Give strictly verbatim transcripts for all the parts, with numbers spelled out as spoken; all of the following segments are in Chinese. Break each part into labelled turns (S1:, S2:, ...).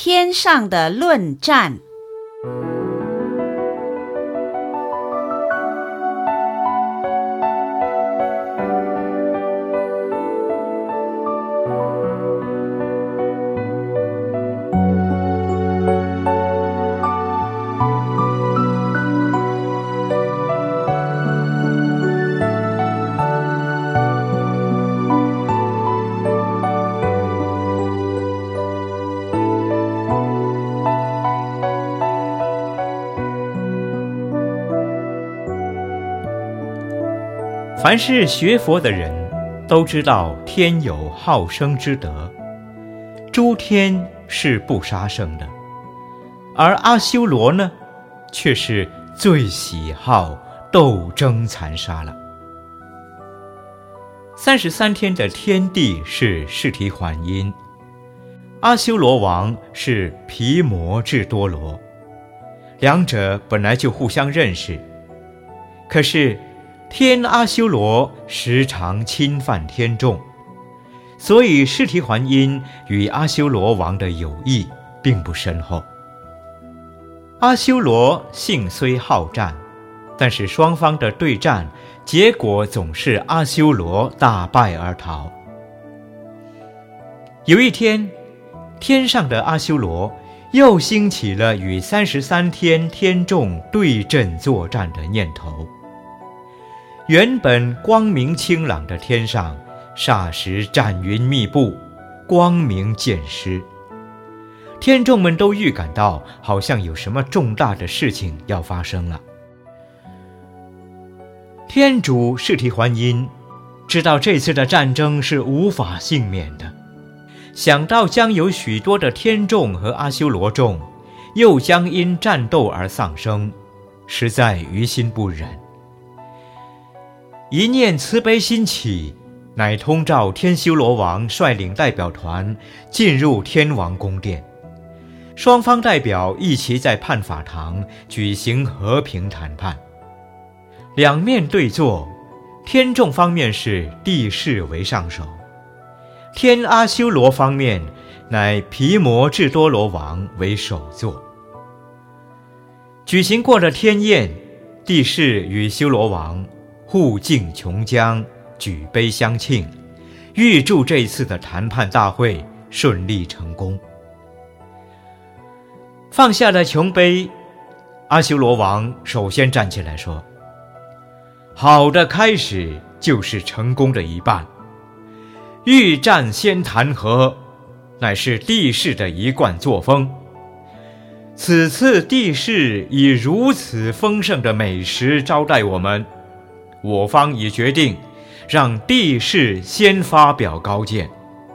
S1: 天上的论战。
S2: 凡是学佛的人都知道天有好生之德，诸天是不杀生的，而阿修罗呢，却是最喜好斗争残杀了。三十三天的天帝是释提桓因，阿修罗王是毗摩智多罗，两者本来就互相认识，可是天阿修罗时常侵犯天众，所以释提桓因与阿修罗王的友谊并不深厚。阿修罗性虽好战，但是双方的对战结果总是阿修罗大败而逃。有一天，天上的阿修罗又兴起了与三十三天天众对阵作战的念头。原本光明清朗的天上，霎时战云密布，光明渐失。天众们都预感到好像有什么重大的事情要发生了。天主释提桓因知道这次的战争是无法幸免的，想到将有许多的天众和阿修罗众又将因战斗而丧生，实在于心不忍。一念慈悲心起，乃通召天修罗王率领代表团进入天王宫殿，双方代表一起在判法堂举行和平谈判。两面对坐，天众方面是帝释为上首，天阿修罗方面乃毗摩智多罗王为首座。举行过了天宴，帝释与修罗王互敬琼浆，举杯相庆，预祝这次的谈判大会顺利成功。放下了琼杯，阿修罗王首先站起来说：好的开始就是成功的一半，欲战先谈和，乃是帝释的一贯作风。此次帝释以如此丰盛的美食招待我们，我方已决定让帝释先发表高见。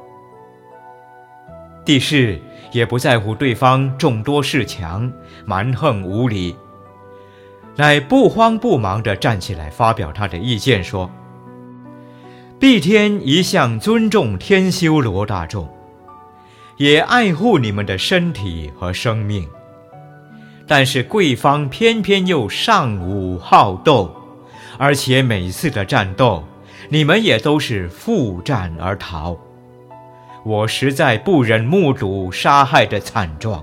S2: 帝释也不在乎对方众多势强，蛮横无理，乃不慌不忙地站起来发表他的意见，说：帝天一向尊重天修罗大众，也爱护你们的身体和生命，但是贵方偏偏又尚武好斗，而且每次的战斗，你们也都是负战而逃，我实在不忍目睹杀害的惨状。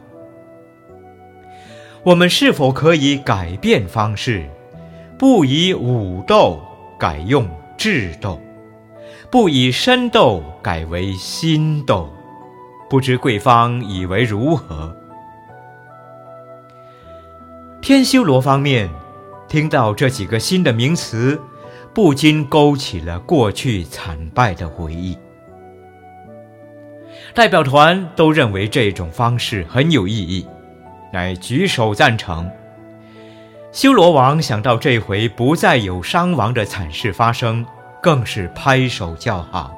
S2: 我们是否可以改变方式，不以武斗改用智斗，不以身斗改为心斗？不知贵方以为如何？天修罗方面听到这几个新的名词，不禁勾起了过去惨败的回忆。代表团都认为这种方式很有意义，乃举手赞成。修罗王想到这回不再有伤亡的惨事发生，更是拍手叫好。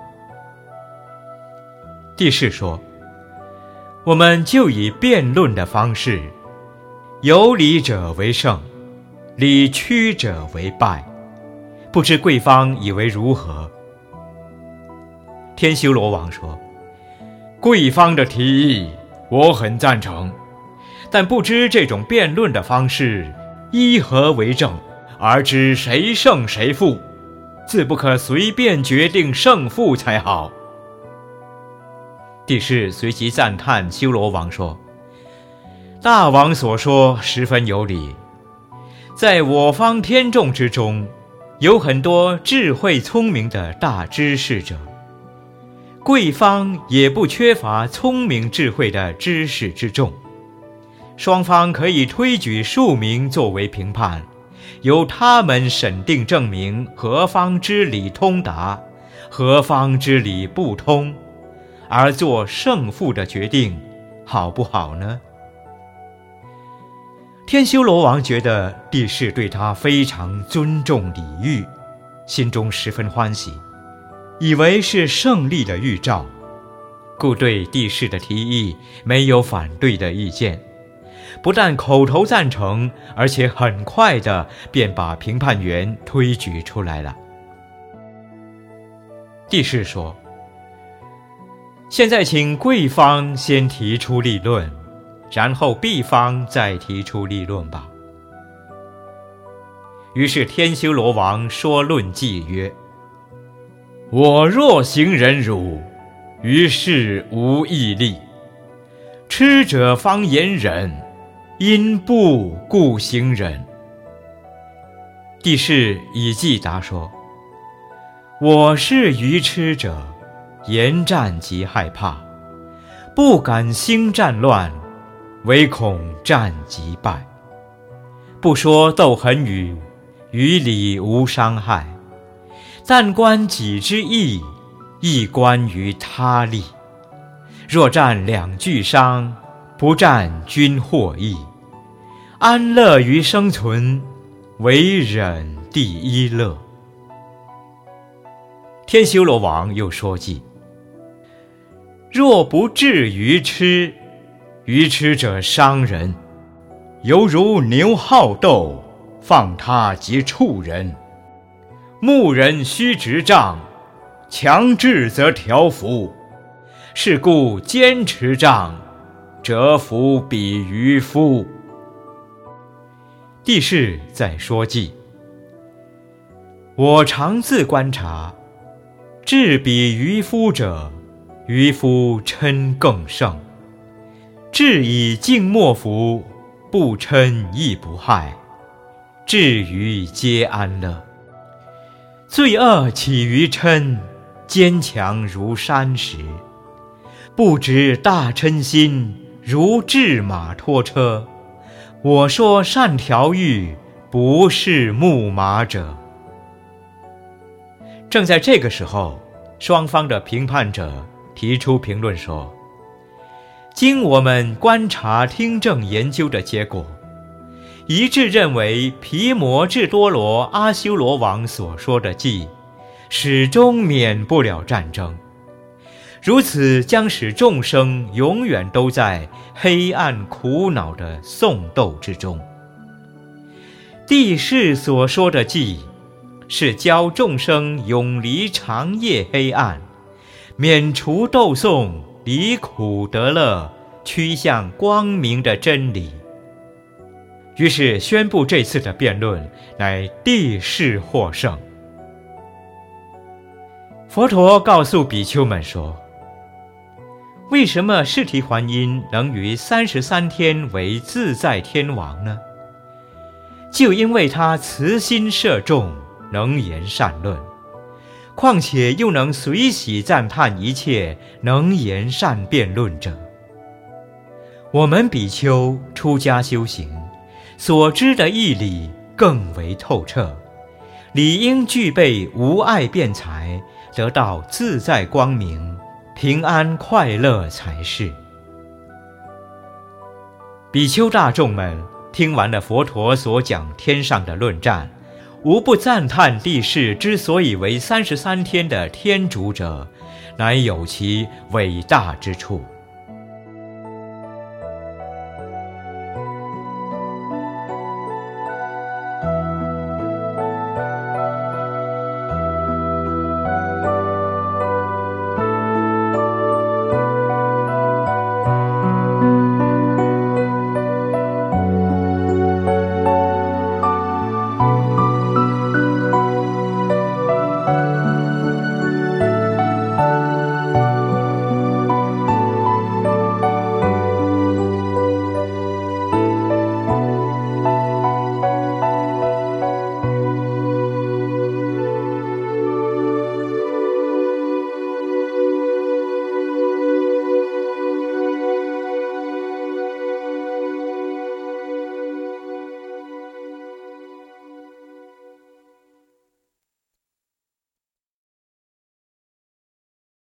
S2: 帝释说：我们就以辩论的方式，有理者为胜，理屈者为败，不知贵方以为如何？天修罗王说：贵方的提议我很赞成，但不知这种辩论的方式依何为正，而知谁胜谁负，自不可随便决定胜负才好。帝释随即赞叹修罗王说： 大王所说十分有理，在我方天众之中，有很多智慧聪明的大知识者，贵方也不缺乏聪明智慧的知识之众。双方可以推举数名作为评判，由他们审定证明何方之理通达，何方之理不通，而做胜负的决定，好不好呢？天修罗王觉得帝释对他非常尊重礼遇，心中十分欢喜，以为是胜利的预兆，故对帝释的提议没有反对的意见，不但口头赞成，而且很快的便把评判员推举出来了。帝释说：现在请贵方先提出立论，然后敝方再提出立论吧。于是天修罗王说论计曰：我若行忍辱，于是无益力。痴者方言忍，因不故行忍。帝释以计答说：我是愚痴者，言战极害怕，不敢兴战乱，唯恐战即败。不说斗狠语，于理无伤害，但观己之义，亦观于他利。若战两俱伤，不战均获益。安乐于生存，唯忍第一乐。天修罗王又说计：若不治愚痴，愚痴者伤人，犹如牛好斗，放他即触人。牧人须执杖，强制则调服，是故坚持杖，折服比渔夫。帝释在说计：我常自观察，智比渔夫者，渔夫嗔更盛。智以静默服，不嗔亦不害，至于皆安乐。罪恶起于嗔，坚强如山石。不知大嗔心，如掷马拖车。我说善调御，不是牧马者。正在这个时候，双方的评判者提出评论说：经我们观察听证研究的结果，一致认为毗摩智多罗阿修罗王所说的计，始终免不了战争，如此将使众生永远都在黑暗苦恼的讼斗之中。帝释所说的计，是教众生永离长夜黑暗，免除斗讼，离苦得乐，趋向光明的真理。于是宣布这次的辩论乃帝释获胜。佛陀告诉比丘们说：为什么释提桓因能于三十三天为自在天王呢？就因为他慈心摄众，能言善论，况且又能随喜赞叹一切能言善辩论者。我们比丘出家修行，所知的义理更为透彻，理应具备无碍辩才，得到自在光明，平安快乐才是。比丘大众们听完了佛陀所讲天上的论战，无不赞叹帝释之所以为三十三天的天竺者，乃有其伟大之处。